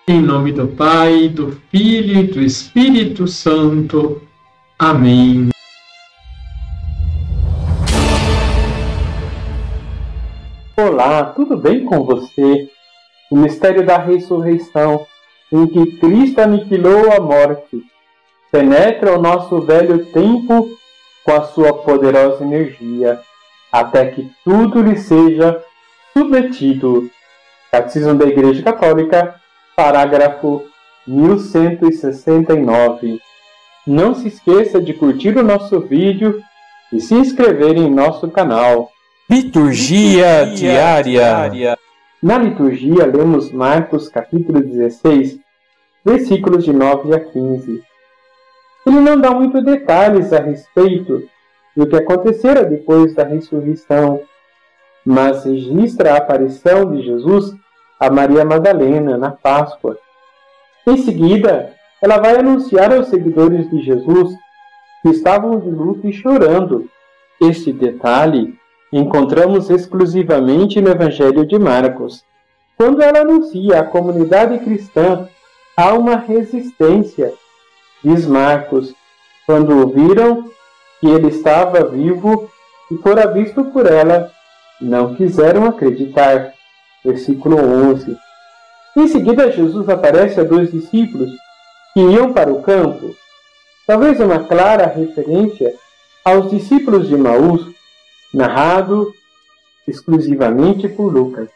Em nome do Pai, do Filho e do Espírito Santo. Amém. Olá, tudo bem com você? O mistério da ressurreição, em que Cristo aniquilou a morte, penetra o nosso velho tempo com a sua poderosa energia, até que tudo lhe seja submetido. Catecismo da Igreja Católica, parágrafo 1169. Não se esqueça de curtir o nosso vídeo e se inscrever em nosso canal. Liturgia diária. Na liturgia, lemos Marcos capítulo 16, versículos de 9 a 15. Ele não dá muitos detalhes a respeito do que acontecera depois da ressurreição, mas registra a aparição de Jesus a Maria Madalena na Páscoa. Em seguida, ela vai anunciar aos seguidores de Jesus que estavam de luto e chorando. Este detalhe encontramos exclusivamente no Evangelho de Marcos. Quando ela anuncia à comunidade cristã, há uma resistência. Diz Marcos, quando ouviram que ele estava vivo e fora visto por ela, não quiseram acreditar. Versículo 11. Em seguida, Jesus aparece a 2 discípulos que iam para o campo. Talvez uma clara referência aos discípulos de Emaús, narrado exclusivamente por Lucas.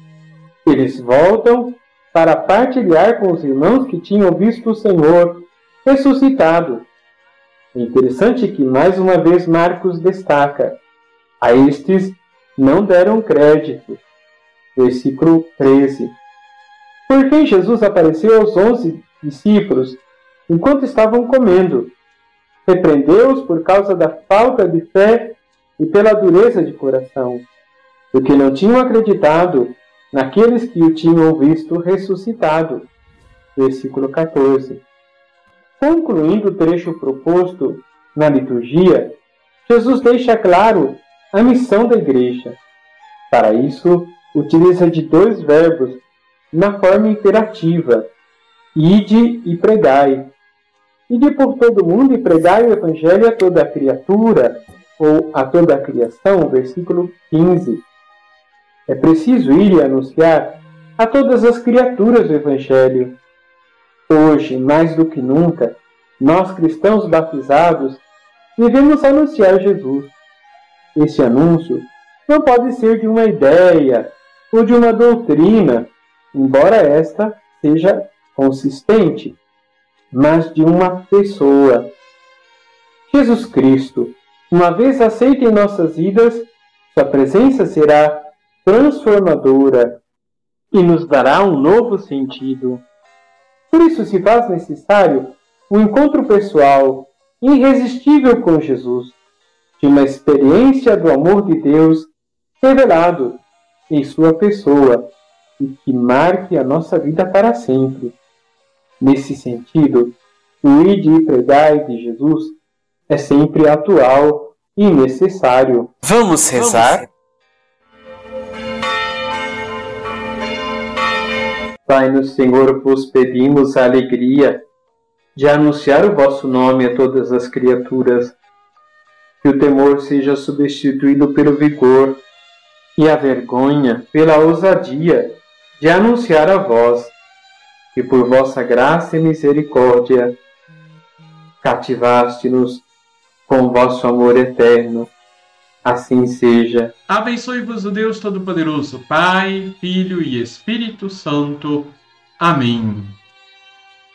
Eles voltam para partilhar com os irmãos que tinham visto o Senhor ressuscitado. É interessante que, mais uma vez, Marcos destaca: a estes não deram crédito. Versículo 13. Por fim, Jesus apareceu aos 11 discípulos enquanto estavam comendo. Repreendeu-os por causa da falta de fé e pela dureza de coração, porque não tinham acreditado naqueles que o tinham visto ressuscitado. Versículo 14. Concluindo o trecho proposto na liturgia, Jesus deixa claro a missão da Igreja. Para isso, utiliza de 2 verbos na forma imperativa: ide e pregai. Ide por todo mundo e pregai o Evangelho a toda a criatura, ou a toda a criação, versículo 15. É preciso ir e anunciar a todas as criaturas o Evangelho. Hoje, mais do que nunca, nós cristãos batizados devemos anunciar Jesus. Esse anúncio não pode ser de uma ideia ou de uma doutrina, embora esta seja consistente, mas de uma pessoa. Jesus Cristo. Uma vez aceito em nossas vidas, sua presença será transformadora e nos dará um novo sentido. Por isso se faz necessário um encontro pessoal, irresistível com Jesus, de uma experiência do amor de Deus revelado em sua pessoa e que marque a nossa vida para sempre. Nesse sentido, o ide e pregai de Jesus é sempre atual e necessário. Vamos rezar? Pai, no Senhor vos pedimos a alegria de anunciar o vosso nome a todas as criaturas, que o temor seja substituído pelo vigor e a vergonha pela ousadia de anunciar a vós, que por vossa graça e misericórdia cativaste-nos com vosso amor eterno. Assim seja. Abençoe-vos o Deus Todo-Poderoso, Pai, Filho e Espírito Santo. Amém.